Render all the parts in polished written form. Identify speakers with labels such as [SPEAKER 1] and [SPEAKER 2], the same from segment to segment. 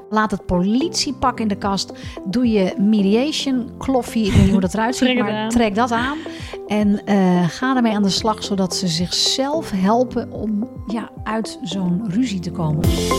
[SPEAKER 1] Laat het politiepak in de kast. Doe je mediation kloffie. Ik weet niet hoe dat eruit ziet, maar trek dat aan. En ga ermee aan de slag, zodat ze zichzelf helpen om uit zo'n ruzie te komen.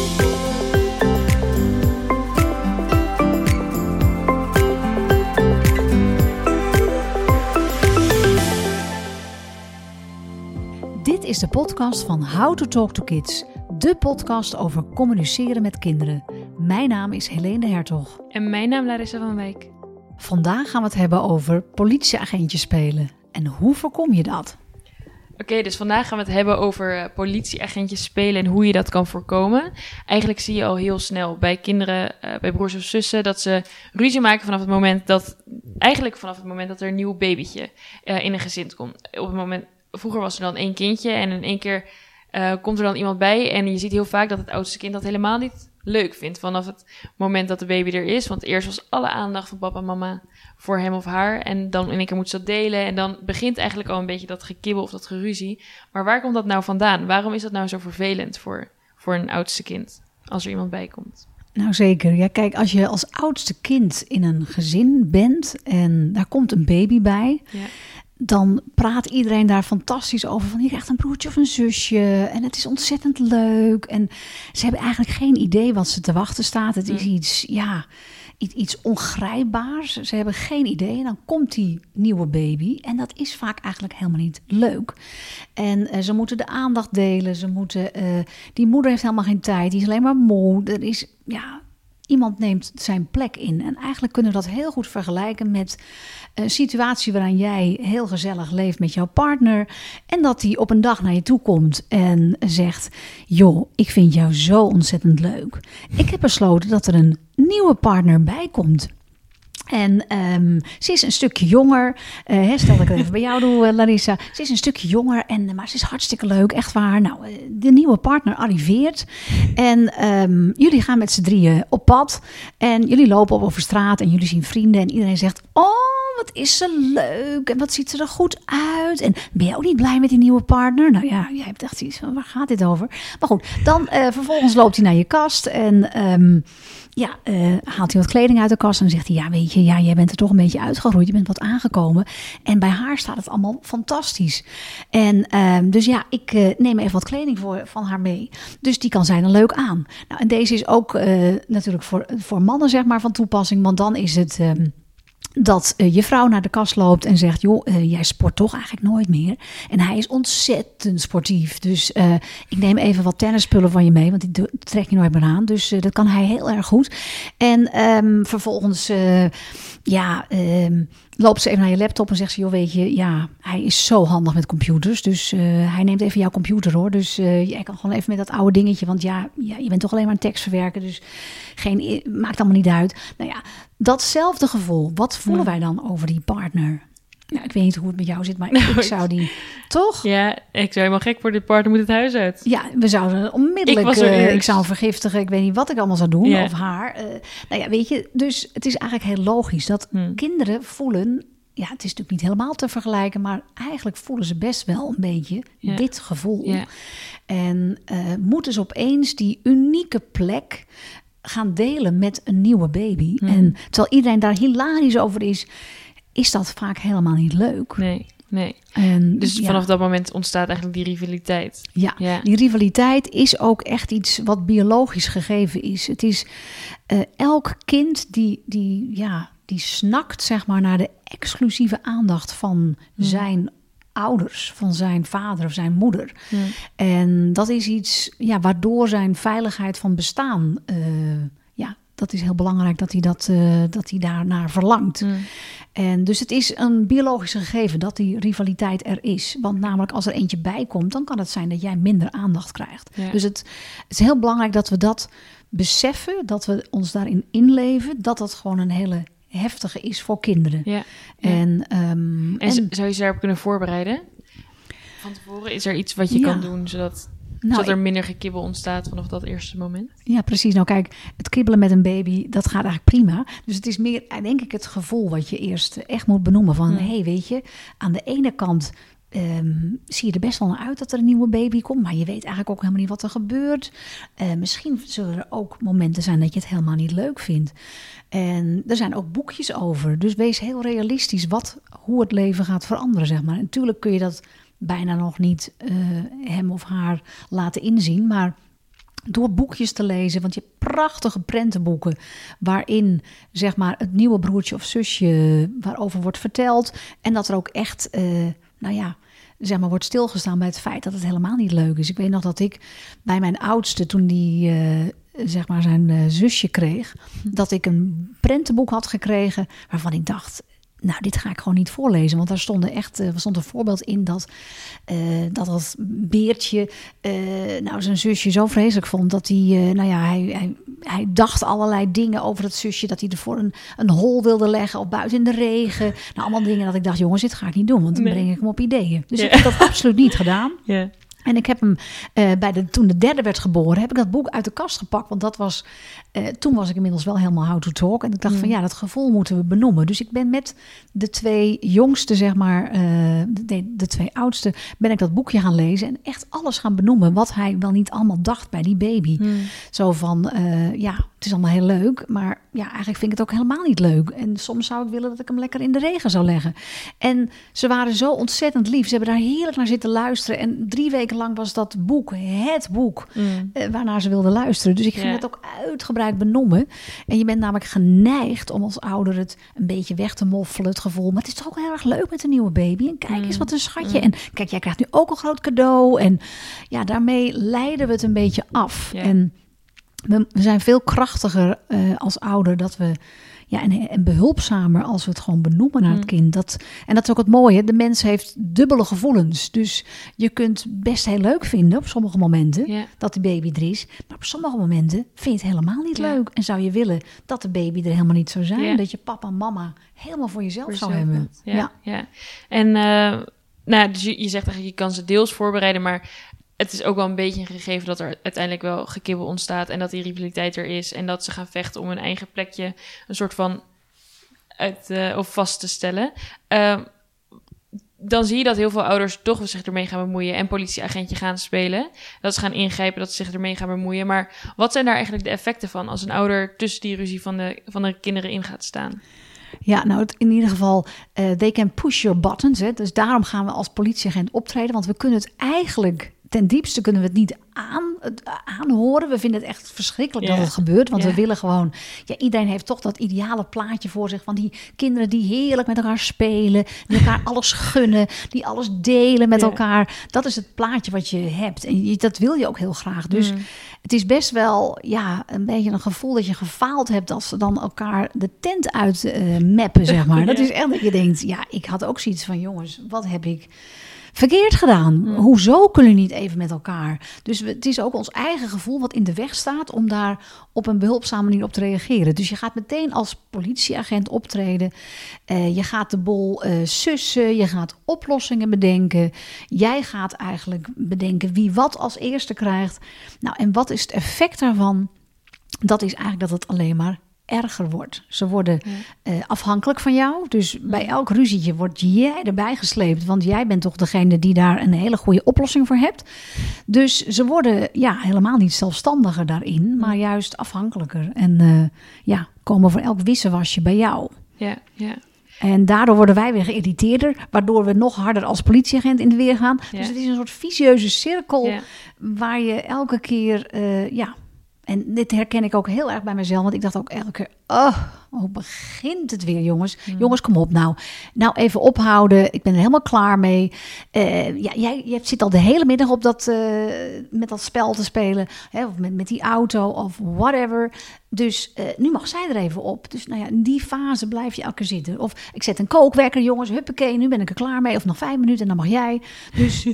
[SPEAKER 1] Dit is de podcast van How to Talk to Kids. De podcast over communiceren met kinderen. Mijn naam is Helene de Hertog.
[SPEAKER 2] En mijn naam Larissa van Wijk.
[SPEAKER 1] Vandaag gaan we het hebben over politieagentjes spelen. En hoe voorkom je dat?
[SPEAKER 2] Oké, dus vandaag gaan we het hebben over politieagentjes spelen en hoe je dat kan voorkomen. Eigenlijk zie je al heel snel bij kinderen, bij broers of zussen, dat ze ruzie maken vanaf het moment dat er een nieuw babytje in een gezin komt. Op het moment, vroeger was er dan 1 kindje en in 1 keer komt er dan iemand bij. En je ziet heel vaak dat het oudste kind dat helemaal niet leuk vindt vanaf het moment dat de baby er is. Want eerst was alle aandacht van papa en mama voor hem of haar. En dan in 1 keer moet ze dat delen. En dan begint eigenlijk al een beetje dat gekibbel of dat geruzie. Maar waar komt dat nou vandaan? Waarom is dat nou zo vervelend voor een oudste kind als er iemand bij komt?
[SPEAKER 1] Nou zeker. Ja, kijk, als je als oudste kind in een gezin bent en daar komt een baby bij, dan praat iedereen daar fantastisch over. Van je krijgt een broertje of een zusje en het is ontzettend leuk. En ze hebben eigenlijk geen idee wat ze te wachten staat. Het is iets ongrijpbaars. Ze hebben geen idee. En dan komt die nieuwe baby. En dat is vaak eigenlijk helemaal niet leuk. En ze moeten de aandacht delen. Die moeder heeft helemaal geen tijd. Die is alleen maar moe. Iemand neemt zijn plek in. En eigenlijk kunnen we dat heel goed vergelijken met een situatie waarin jij heel gezellig leeft met jouw partner. En dat die op een dag naar je toe komt en zegt: joh, ik vind jou zo ontzettend leuk. Ik heb besloten dat er een nieuwe partner bij komt. En ze is een stukje jonger. Stel dat ik het even bij jou doe, Larissa. Ze is een stukje jonger, maar ze is hartstikke leuk, echt waar. Nou, de nieuwe partner arriveert. En jullie gaan met z'n drieën op pad. En jullie lopen op over straat en jullie zien vrienden. En iedereen zegt: oh, wat is ze leuk. En wat ziet ze er goed uit. En ben je ook niet blij met die nieuwe partner? Nou ja, jij hebt echt iets van, waar gaat dit over? Maar goed, dan vervolgens loopt hij naar je kast en haalt hij wat kleding uit de kast en zegt hij: ja, weet je, jij bent er toch een beetje uitgegroeid, je bent wat aangekomen. En bij haar staat het allemaal fantastisch. En ik neem even wat kleding van haar mee. Dus die kan zij dan leuk aan. Nou, en deze is ook natuurlijk voor mannen, zeg maar, van toepassing. Want dan is het dat je vrouw naar de kast loopt en zegt: joh, jij sport toch eigenlijk nooit meer. En hij is ontzettend sportief. Dus ik neem even wat tennisspullen van je mee, want die trek je nooit meer aan. Dus dat kan hij heel erg goed. En vervolgens loopt ze even naar je laptop en zegt ze: joh, weet je, hij is zo handig met computers. Dus hij neemt even jouw computer, hoor. Dus jij kan gewoon even met dat oude dingetje, want je bent toch alleen maar een tekst verwerken. Dus maakt allemaal niet uit. Nou ja, datzelfde gevoel. Wat voelen wij dan over die partner? Nou, ik weet niet hoe het met jou zit, maar ik zou die... Toch?
[SPEAKER 2] Ja, ik zou helemaal gek voor dit partner moet het huis uit.
[SPEAKER 1] Ja, we zouden onmiddellijk... Ik zou hem vergiftigen. Ik weet niet wat ik allemaal zou doen. Of haar. Weet je, dus het is eigenlijk heel logisch dat kinderen voelen... Ja, het is natuurlijk niet helemaal te vergelijken, maar eigenlijk voelen ze best wel een beetje dit gevoel. Ja. En moeten ze opeens die unieke plek gaan delen met een nieuwe baby. En terwijl iedereen daar hilarisch over is dat vaak helemaal niet leuk.
[SPEAKER 2] Nee. En, dus vanaf dat moment ontstaat eigenlijk die rivaliteit.
[SPEAKER 1] Ja, die rivaliteit is ook echt iets wat biologisch gegeven is. Het is elk kind die snakt, zeg maar, naar de exclusieve aandacht van zijn ouders, van zijn vader of zijn moeder. En dat is iets waardoor zijn veiligheid van bestaan... dat is heel belangrijk dat hij daarnaar verlangt. En dus het is een biologisch gegeven dat die rivaliteit er is. Want namelijk als er eentje bij komt, dan kan het zijn dat jij minder aandacht krijgt. Ja. Dus het is heel belangrijk dat we dat beseffen, dat we ons daarin inleven, dat gewoon een hele heftige is voor kinderen. Ja. En
[SPEAKER 2] zou je ze daarop kunnen voorbereiden? Van tevoren is er iets wat je kan doen, zodat er minder gekibbel ontstaat vanaf dat eerste moment? Ja,
[SPEAKER 1] precies. Nou kijk, het kibbelen met een baby, dat gaat eigenlijk prima. Dus het is meer, denk ik, het gevoel wat je eerst echt moet benoemen. Van, hey, weet je, aan de ene kant zie je er best wel naar uit dat er een nieuwe baby komt. Maar je weet eigenlijk ook helemaal niet wat er gebeurt. Misschien zullen er ook momenten zijn dat je het helemaal niet leuk vindt. En er zijn ook boekjes over. Dus wees heel realistisch hoe het leven gaat veranderen, zeg maar. En natuurlijk kun je dat bijna nog niet hem of haar laten inzien. Maar door boekjes te lezen, want je hebt prachtige prentenboeken waarin zeg maar het nieuwe broertje of zusje waarover wordt verteld. En dat er ook echt, zeg maar wordt stilgestaan bij het feit dat het helemaal niet leuk is. Ik weet nog dat ik bij mijn oudste, toen die zeg maar zijn zusje kreeg, dat ik een prentenboek had gekregen waarvan ik dacht, nou, dit ga ik gewoon niet voorlezen. Want daar stond een voorbeeld in dat beertje zijn zusje zo vreselijk vond dat hij dacht allerlei dingen over het zusje, dat hij ervoor een hol wilde leggen of buiten in de regen. Nou, allemaal dingen dat ik dacht, jongens, dit ga ik niet doen, want dan breng ik hem op ideeën. Dus ik heb dat absoluut niet gedaan.
[SPEAKER 2] Ja.
[SPEAKER 1] En ik heb hem, toen de derde werd geboren, heb ik dat boek uit de kast gepakt. Want dat was, toen was ik inmiddels wel helemaal how to talk. En ik dacht van dat gevoel moeten we benoemen. Dus ik ben met de twee jongste, zeg maar, de twee oudste, ben ik dat boekje gaan lezen. En echt alles gaan benoemen wat hij wel niet allemaal dacht bij die baby. Zo van, het is allemaal heel leuk. Maar ja, eigenlijk vind ik het ook helemaal niet leuk. En soms zou ik willen dat ik hem lekker in de regen zou leggen. En ze waren zo ontzettend lief. Ze hebben daar heerlijk naar zitten luisteren. En 3 weken lang was dat boek het boek waarnaar ze wilden luisteren. Dus ik ging het ook uitgebreid benoemen. En je bent namelijk geneigd om als ouder het een beetje weg te moffelen, het gevoel. Maar het is toch ook heel erg leuk met een nieuwe baby. En kijk eens wat een schatje. En kijk, jij krijgt nu ook een groot cadeau. En ja, daarmee leiden we het een beetje af. Ja. En we zijn veel krachtiger als ouder dat we en behulpzamer als we het gewoon benoemen naar het kind. En dat is ook het mooie. De mens heeft dubbele gevoelens. Dus je kunt best heel leuk vinden op sommige momenten dat de baby er is. Maar op sommige momenten vind je het helemaal niet leuk. En zou je willen dat de baby er helemaal niet zou zijn. Ja. Dat je papa en mama helemaal voor jezelf zou hebben.
[SPEAKER 2] Ja. En dus je zegt eigenlijk, je kan ze deels voorbereiden, maar het is ook wel een beetje een gegeven dat er uiteindelijk wel gekibbel ontstaat en dat die rivaliteit er is en dat ze gaan vechten om hun eigen plekje een soort van of vast te stellen. Dan zie je dat heel veel ouders toch zich ermee gaan bemoeien en politieagentje gaan spelen. Dat ze gaan ingrijpen, dat ze zich ermee gaan bemoeien. Maar wat zijn daar eigenlijk de effecten van als een ouder tussen die ruzie van de kinderen in gaat staan?
[SPEAKER 1] Ja, nou in ieder geval, they can push your buttons. Hè. Dus daarom gaan we als politieagent optreden. Want we kunnen het eigenlijk, ten diepste kunnen we het niet aanhoren. We vinden het echt verschrikkelijk dat het gebeurt. Want we willen gewoon, iedereen heeft toch dat ideale plaatje voor zich. Van die kinderen die heerlijk met elkaar spelen. Die elkaar alles gunnen. Die alles delen met elkaar. Dat is het plaatje wat je hebt. En dat wil je ook heel graag. Dus het is best wel een beetje een gevoel dat je gefaald hebt als ze dan elkaar de tent uit mappen, zeg maar. Dat is echt dat je denkt, ik had ook zoiets van, jongens, wat heb ik verkeerd gedaan? Hoezo kunnen we niet even met elkaar? Dus het is ook ons eigen gevoel wat in de weg staat om daar op een behulpzame manier op te reageren. Dus je gaat meteen als politieagent optreden. Je gaat de bol sussen. Je gaat oplossingen bedenken. Jij gaat eigenlijk bedenken wie wat als eerste krijgt. Nou, en wat is het effect daarvan? Dat is eigenlijk dat het alleen maar erger wordt. Ze worden afhankelijk van jou. Dus bij elk ruzietje word jij erbij gesleept. Want jij bent toch degene die daar een hele goede oplossing voor hebt. Dus ze worden helemaal niet zelfstandiger daarin. Maar juist afhankelijker. En komen voor elk wisselwasje bij jou.
[SPEAKER 2] Ja.
[SPEAKER 1] En daardoor worden wij weer geïrriteerder. Waardoor we nog harder als politieagent in de weer gaan.
[SPEAKER 2] Ja.
[SPEAKER 1] Dus het is een soort vicieuze cirkel. Waar je elke keer en dit herken ik ook heel erg bij mezelf. Want ik dacht ook elke keer, hoe begint het weer, jongens? Jongens, kom op nou. Nou, even ophouden. Ik ben er helemaal klaar mee. Jij zit al de hele middag op met dat spel te spelen. Hè, of met die auto of whatever. Dus nu mag zij er even op. Dus in die fase blijf je elke keer zitten. Of ik zet een kookwekker, jongens. Huppakee, nu ben ik er klaar mee. Of nog 5 minuten en dan mag jij. Dus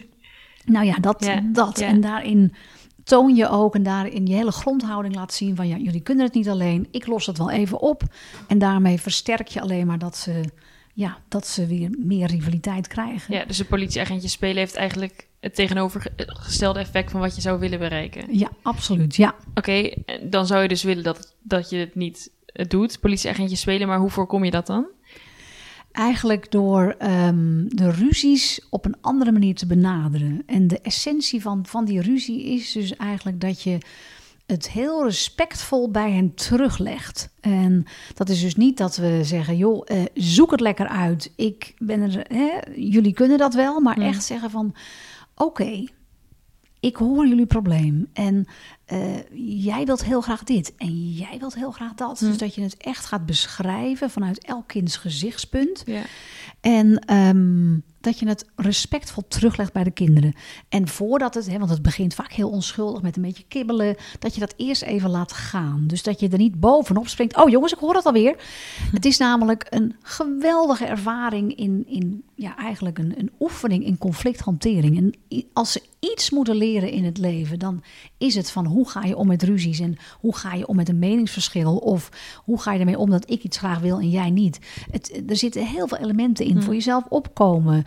[SPEAKER 1] dat. En daarin toon je ook en daarin je hele grondhouding laat zien van jullie kunnen het niet alleen. Ik los het wel even op. En daarmee versterk je alleen maar dat ze weer meer rivaliteit krijgen.
[SPEAKER 2] Ja, dus een politieagentje spelen heeft eigenlijk het tegenovergestelde effect van wat je zou willen bereiken.
[SPEAKER 1] Ja, absoluut, ja.
[SPEAKER 2] Oké, dan zou je dus willen dat je het niet doet, politieagentje spelen. Maar hoe voorkom je dat dan?
[SPEAKER 1] Eigenlijk door de ruzies op een andere manier te benaderen. En de essentie van die ruzie is dus eigenlijk dat je het heel respectvol bij hen teruglegt. En dat is dus niet dat we zeggen, joh, zoek het lekker uit. Ik ben er, jullie kunnen dat wel, maar echt zeggen van, oké, ik hoor jullie probleem. En jij wilt heel graag dit. En jij wilt heel graag dat. Dus dat je het echt gaat beschrijven vanuit elk kinds gezichtspunt. Ja. En dat je het respectvol teruglegt bij de kinderen. En voordat het, want het begint vaak heel onschuldig met een beetje kibbelen, dat je dat eerst even laat gaan. Dus dat je er niet bovenop springt. Oh jongens, ik hoor het alweer. Het is namelijk een geweldige ervaring in eigenlijk een oefening in conflicthantering. En als ze iets moeten leren in het leven, dan is het van hoe ga je om met ruzies en hoe ga je om met een meningsverschil of hoe ga je ermee om dat ik iets graag wil en jij niet. Er zitten heel veel elementen in. Voor jezelf opkomen,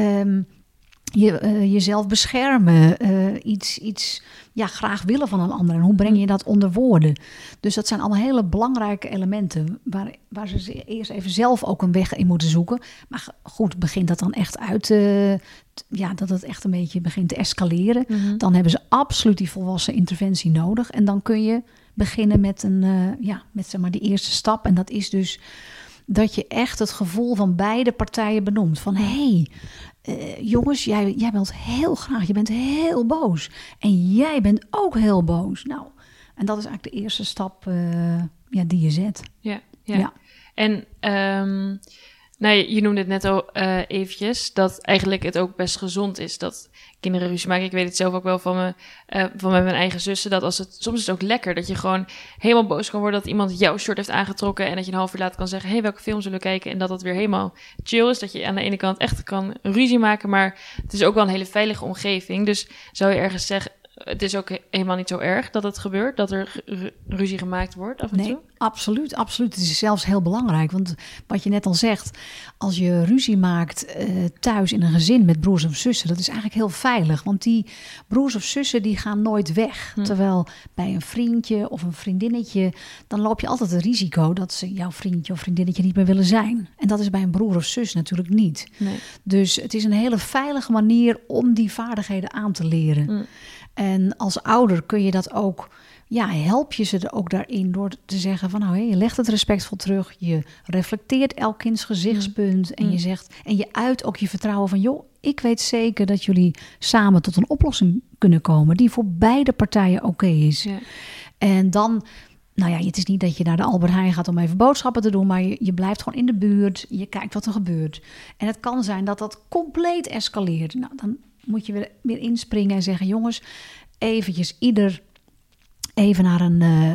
[SPEAKER 1] jezelf beschermen, iets graag willen van een ander. En hoe breng je dat onder woorden? Dus dat zijn allemaal hele belangrijke elementen waar ze eerst even zelf ook een weg in moeten zoeken. Maar goed, begint dat dan echt uit dat het echt een beetje begint te escaleren. Dan hebben ze absoluut die volwassen interventie nodig. En dan kun je beginnen met met zeg maar die eerste stap. En dat is dus dat je echt het gevoel van beide partijen benoemt. Van jongens, jij wilt heel graag, je bent heel boos. En jij bent ook heel boos. Nou, en dat is eigenlijk de eerste stap die je zet.
[SPEAKER 2] Ja. En je noemde het net al eventjes, dat eigenlijk het ook best gezond is dat kinderen ruzie maken. Ik weet het zelf ook wel van mijn eigen zussen, dat soms is het ook lekker dat je gewoon helemaal boos kan worden dat iemand jouw short heeft aangetrokken en dat je een half uur later kan zeggen, hey, welke film zullen we kijken? En dat dat weer helemaal chill is, dat je aan de ene kant echt kan ruzie maken, maar het is ook wel een hele veilige omgeving. Dus zou je ergens zeggen, het is ook helemaal niet zo erg dat het gebeurt, dat er ruzie gemaakt wordt af en toe?
[SPEAKER 1] Nee, absoluut. Het is zelfs heel belangrijk. Want wat je net al zegt, als je ruzie maakt thuis in een gezin met broers of zussen, dat is eigenlijk heel veilig. Want die broers of zussen die gaan nooit weg. Terwijl bij een vriendje of een vriendinnetje, dan loop je altijd het risico dat ze jouw vriendje of vriendinnetje niet meer willen zijn. En dat is bij een broer of zus natuurlijk niet. Nee. Dus het is een hele veilige manier om die vaardigheden aan te leren. En als ouder kun je dat ook, help je ze er ook daarin door te zeggen van je legt het respectvol terug, je reflecteert elk kinds gezichtspunt en je zegt en je uit ook je vertrouwen van joh, ik weet zeker dat jullie samen tot een oplossing kunnen komen die voor beide partijen oké is. Ja. En dan, het is niet dat je naar de Albert Heijn gaat om even boodschappen te doen, maar je blijft gewoon in de buurt, je kijkt wat er gebeurt. En het kan zijn dat dat compleet escaleert. Nou, dan moet je weer inspringen en zeggen, jongens, eventjes ieder even naar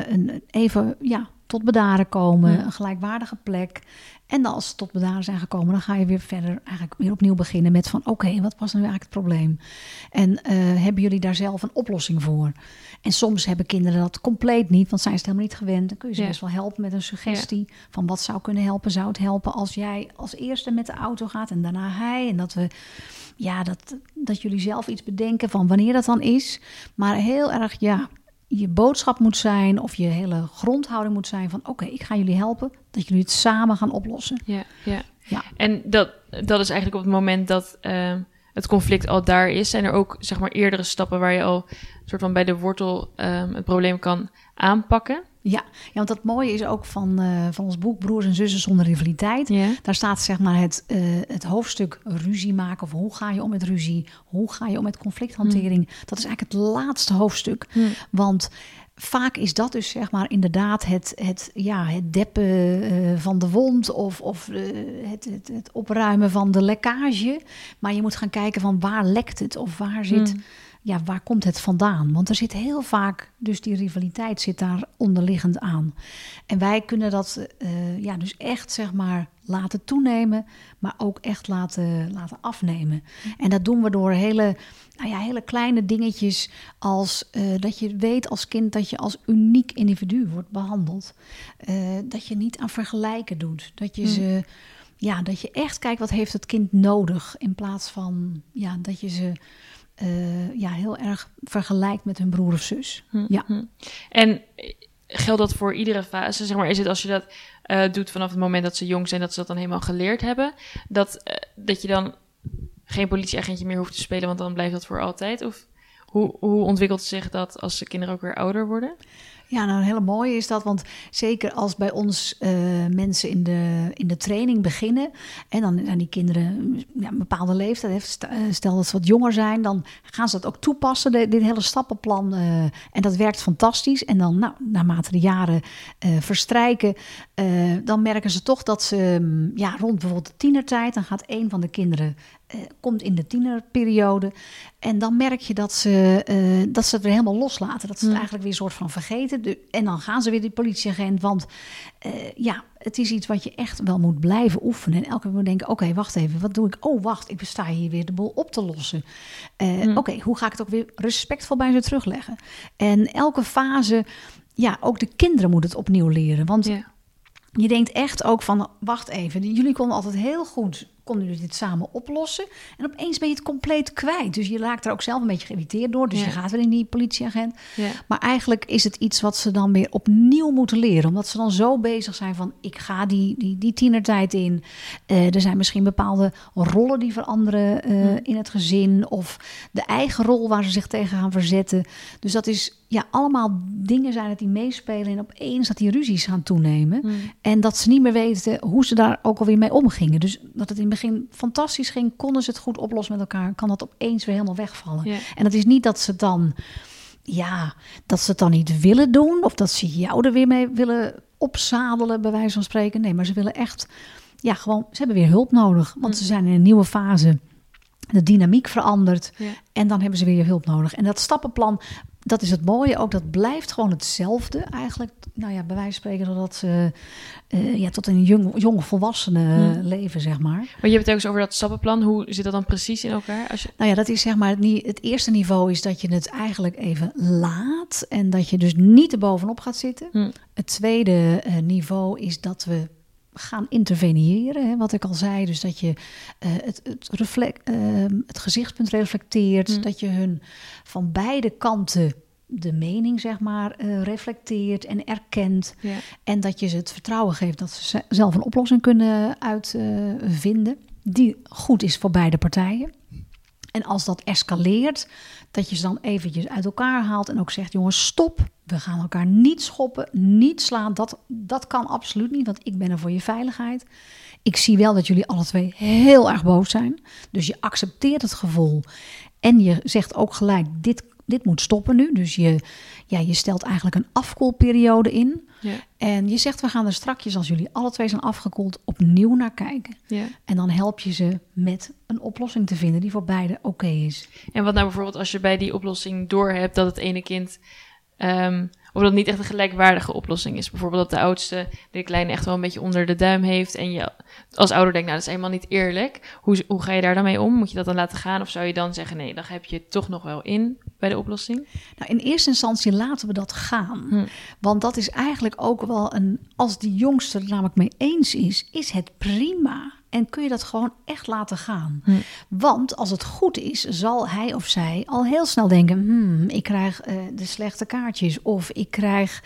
[SPEAKER 1] tot bedaren komen, een gelijkwaardige plek. En dan als ze tot bedaren zijn gekomen, dan ga je weer verder eigenlijk weer opnieuw beginnen met van oké, wat was nu eigenlijk het probleem? En hebben jullie daar zelf een oplossing voor? En soms hebben kinderen dat compleet niet, want zijn ze het helemaal niet gewend. Dan kun je ze best wel helpen met een suggestie van wat zou kunnen helpen. Zou het helpen als jij als eerste met de auto gaat en daarna hij? En dat jullie zelf iets bedenken van wanneer dat dan is. Maar heel erg, je boodschap moet zijn of je hele grondhouding moet zijn van oké, ik ga jullie helpen, dat jullie het samen gaan oplossen.
[SPEAKER 2] Ja. En dat is eigenlijk op het moment dat het conflict al daar is. Zijn er ook zeg maar eerdere stappen waar je al soort van bij de wortel het probleem kan aanpakken?
[SPEAKER 1] Ja, want dat mooie is ook van ons boek Broers en Zussen zonder rivaliteit.
[SPEAKER 2] Ja.
[SPEAKER 1] Daar staat zeg maar het hoofdstuk ruzie maken of hoe ga je om met ruzie? Hoe ga je om met conflicthantering? Dat is eigenlijk het laatste hoofdstuk. Want vaak is dat dus zeg maar inderdaad het deppen van de wond of het opruimen van de lekkage. Maar je moet gaan kijken van waar lekt het of waar zit... waar komt het vandaan? Want er zit heel vaak, dus die rivaliteit zit daar onderliggend aan. En wij kunnen dat dus echt zeg maar laten toenemen, maar ook echt laten afnemen. En dat doen we door hele kleine dingetjes als dat je weet als kind dat je als uniek individu wordt behandeld. Dat je niet aan vergelijken doet. Dat je dat je echt kijkt wat heeft het kind nodig in plaats van dat je ze heel erg vergelijkt met hun broer of zus.
[SPEAKER 2] En geldt dat voor iedere fase? Zeg maar, is het als je dat doet vanaf het moment dat ze jong zijn, dat ze dat dan helemaal geleerd hebben, dat je dan geen politieagentje meer hoeft te spelen, want dan blijft dat voor altijd? Of hoe ontwikkelt zich dat als de kinderen ook weer ouder worden?
[SPEAKER 1] Ja, nou, een hele mooie is dat, want zeker als bij ons mensen in de training beginnen en dan zijn die kinderen een bepaalde leeftijd, stel dat ze wat jonger zijn, dan gaan ze dat ook toepassen, dit hele stappenplan. En dat werkt fantastisch. En dan, naarmate de jaren verstrijken, dan merken ze toch dat ze rond bijvoorbeeld de tienertijd, dan gaat een van de kinderen komt in de tienerperiode. En dan merk je dat ze het weer helemaal loslaten. Dat ze het eigenlijk weer een soort van vergeten. En dan gaan ze weer die politieagent. Want het is iets wat je echt wel moet blijven oefenen. En elke keer moet denken, oké, wacht even. Wat doe ik? Oh, wacht, ik sta hier weer de boel op te lossen. Oké, hoe ga ik het ook weer respectvol bij ze terugleggen? En elke fase, ook de kinderen moeten het opnieuw leren. Want je denkt echt ook van, wacht even. Jullie konden altijd heel goed, konden jullie dit samen oplossen. En opeens ben je het compleet kwijt. Dus je raakt er ook zelf een beetje geïrriteerd door. Dus je gaat weer in die politieagent. Ja. Maar eigenlijk is het iets wat ze dan weer opnieuw moeten leren. Omdat ze dan zo bezig zijn van, ik ga die tienertijd in. Er zijn misschien bepaalde rollen die veranderen in het gezin. Of de eigen rol waar ze zich tegen gaan verzetten. Dus dat is allemaal dingen zijn het die meespelen. En opeens dat die ruzies gaan toenemen. En dat ze niet meer weten hoe ze daar ook alweer mee omgingen. Dus dat het in het begin fantastisch ging, konden ze het goed oplossen met elkaar, kan dat opeens weer helemaal wegvallen. Ja. En dat is niet dat ze dan, dat ze het dan niet willen doen, of dat ze jou er weer mee willen opzadelen, bij wijze van spreken. Nee, maar ze willen echt, gewoon, ze hebben weer hulp nodig, want ze zijn in een nieuwe fase. De dynamiek verandert en dan hebben ze weer hulp nodig. En dat stappenplan, dat is het mooie ook, dat blijft gewoon hetzelfde eigenlijk. Bij wijze van spreken dat ze tot een jong volwassene leven, zeg maar.
[SPEAKER 2] Maar je hebt het ook eens over dat stappenplan. Hoe zit dat dan precies in elkaar?
[SPEAKER 1] Dat is zeg maar het eerste niveau is dat je het eigenlijk even laat en dat je dus niet erbovenop gaat zitten. Het tweede niveau is dat we gaan interveneren, wat ik al zei. Dus dat je het gezichtspunt reflecteert. Dat je hun van beide kanten de mening, zeg maar, reflecteert en erkent. Ja. En dat je ze het vertrouwen geeft dat ze zelf een oplossing kunnen uitvinden. Die goed is voor beide partijen. En als dat escaleert, dat je ze dan eventjes uit elkaar haalt en ook zegt, jongens, stop. We gaan elkaar niet schoppen, niet slaan. Dat kan absoluut niet, want ik ben er voor je veiligheid. Ik zie wel dat jullie alle twee heel erg boos zijn. Dus je accepteert het gevoel. En je zegt ook gelijk, dit moet stoppen nu. Dus je stelt eigenlijk een afkoelperiode in. Ja. En je zegt, we gaan er strakjes, als jullie alle twee zijn afgekoeld, opnieuw naar kijken. Ja. En dan help je ze met een oplossing te vinden die voor beide oké is.
[SPEAKER 2] En wat nou bijvoorbeeld als je bij die oplossing doorhebt dat het ene kind, of dat het niet echt een gelijkwaardige oplossing is. Bijvoorbeeld dat de oudste de kleine echt wel een beetje onder de duim heeft. En je als ouder denkt, dat is helemaal niet eerlijk. Hoe ga je daar dan mee om? Moet je dat dan laten gaan? Of zou je dan zeggen, nee, dan heb je het toch nog wel in bij de oplossing?
[SPEAKER 1] In eerste instantie laten we dat gaan. Want dat is eigenlijk ook wel als die jongste er namelijk mee eens is het prima. En kun je dat gewoon echt laten gaan. Want als het goed is, zal hij of zij al heel snel denken, ik krijg de slechte kaartjes. Of ik krijg,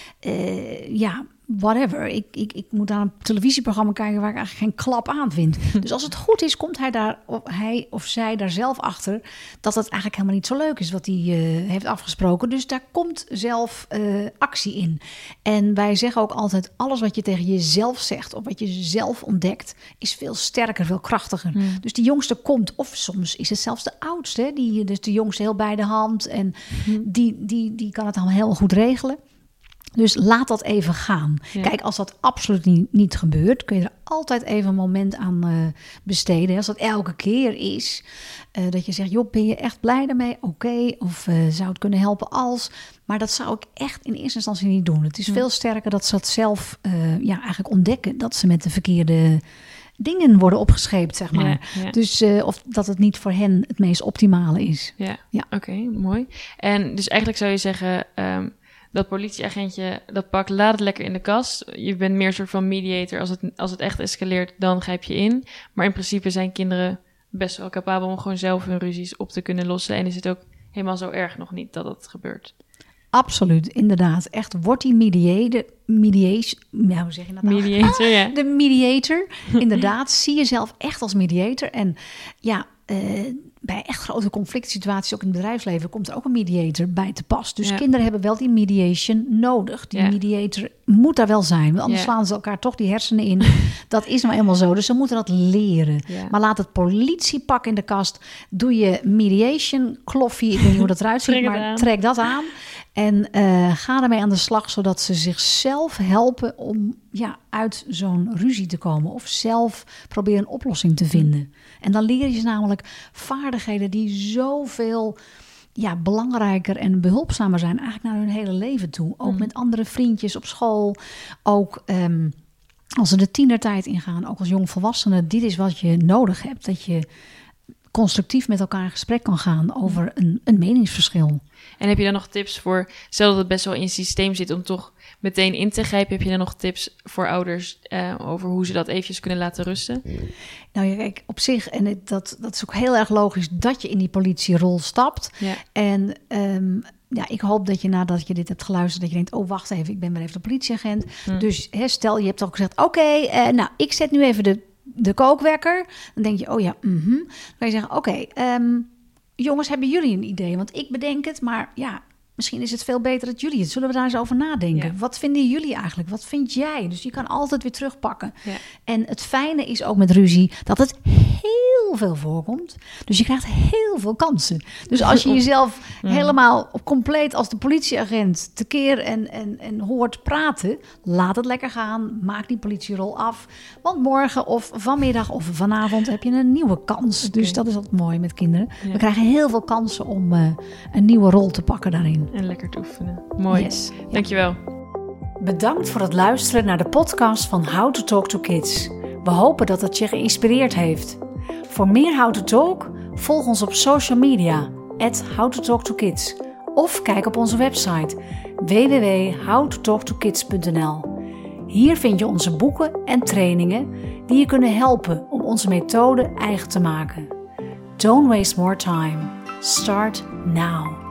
[SPEAKER 1] whatever. Ik moet naar een televisieprogramma kijken waar ik eigenlijk geen klap aan vind. Dus als het goed is, komt hij of zij daar zelf achter dat het eigenlijk helemaal niet zo leuk is wat hij heeft afgesproken. Dus daar komt zelf actie in. En wij zeggen ook altijd, alles wat je tegen jezelf zegt of wat je zelf ontdekt, is veel sterker, veel krachtiger. Dus die jongste komt, of soms is het zelfs de oudste, dus de jongste heel bij de hand en die kan het allemaal heel goed regelen. Dus laat dat even gaan. Ja. Kijk, als dat absoluut niet gebeurt, kun je er altijd even een moment aan besteden. Als dat elke keer is, dat je zegt, joh, ben je echt blij daarmee? Oké. Of zou het kunnen helpen als? Maar dat zou ik echt in eerste instantie niet doen. Het is veel sterker dat ze dat zelf eigenlijk ontdekken. Dat ze met de verkeerde dingen worden opgescheept, zeg maar. Ja. Dus of dat het niet voor hen het meest optimale is. Ja.
[SPEAKER 2] Oké, mooi. En dus eigenlijk zou je zeggen, dat politieagentje, dat pak, laat het lekker in de kast. Je bent meer een soort van mediator. Als het echt escaleert, dan grijp je in. Maar in principe zijn kinderen best wel capabel om gewoon zelf hun ruzies op te kunnen lossen. En is het ook helemaal zo erg nog niet dat het gebeurt?
[SPEAKER 1] Absoluut, inderdaad. Echt, wordt die mediator, hoe zeg je dat nou?
[SPEAKER 2] Mediator, ja.
[SPEAKER 1] De mediator, inderdaad. Zie jezelf echt als mediator. En ja, bij echt grote conflict situaties, ook in het bedrijfsleven, komt er ook een mediator bij te pas. Dus kinderen hebben wel die mediation nodig. Die mediator moet daar wel zijn, want anders slaan ze elkaar toch die hersenen in. Dat is nou eenmaal zo, dus ze moeten dat leren. Ja. Maar laat het politiepak in de kast. Doe je mediation, kloffie, ik weet niet hoe dat eruit ziet, maar trek dat aan. En ga ermee aan de slag, zodat ze zichzelf helpen om uit zo'n ruzie te komen. Of zelf proberen een oplossing te vinden. En dan leer je ze namelijk vaardigheden die zoveel belangrijker en behulpzamer zijn. Eigenlijk naar hun hele leven toe. Ook met andere vriendjes op school. Ook als ze de tienertijd ingaan. Ook als jongvolwassenen. Dit is wat je nodig hebt. Dat je constructief met elkaar in gesprek kan gaan over een meningsverschil.
[SPEAKER 2] En heb je dan nog tips voor, stel dat het best wel in het systeem zit om toch meteen in te grijpen, heb je dan nog tips voor ouders over hoe ze dat eventjes kunnen laten rusten?
[SPEAKER 1] Nou ja, kijk, op zich, en dat is ook heel erg logisch dat je in die politierol stapt. Ja. En ik hoop dat je nadat je dit hebt geluisterd, dat je denkt, oh wacht even, ik ben weer even de politieagent. Dus stel, je hebt al gezegd, oké, ik zet nu even de kookwekker. Dan denk je, Dan kan je zeggen, oké, jongens, hebben jullie een idee? Want ik bedenk het, maar misschien is het veel beter dat jullie het. Zullen we daar eens over nadenken? Ja. Wat vinden jullie eigenlijk? Wat vind jij? Dus je kan altijd weer terugpakken. Ja. En het fijne is ook met ruzie dat het heel veel voorkomt. Dus je krijgt heel veel kansen. Dus als je jezelf helemaal compleet als de politieagent tekeer en hoort praten, laat het lekker gaan. Maak die politierol af. Want morgen of vanmiddag of vanavond heb je een nieuwe kans. Okay. Dus dat is altijd mooi met kinderen. Ja. We krijgen heel veel kansen om een nieuwe rol te pakken daarin.
[SPEAKER 2] En lekker te oefenen. Mooi. Yes. Dankjewel.
[SPEAKER 1] Bedankt voor het luisteren naar de podcast van How to Talk to Kids. We hopen dat het je geïnspireerd heeft. Voor meer How to Talk, volg ons op social media @howtotalktokids of kijk op onze website www.howtotalktokids.nl. Hier vind je onze boeken en trainingen die je kunnen helpen om onze methode eigen te maken. Don't waste more time. Start now.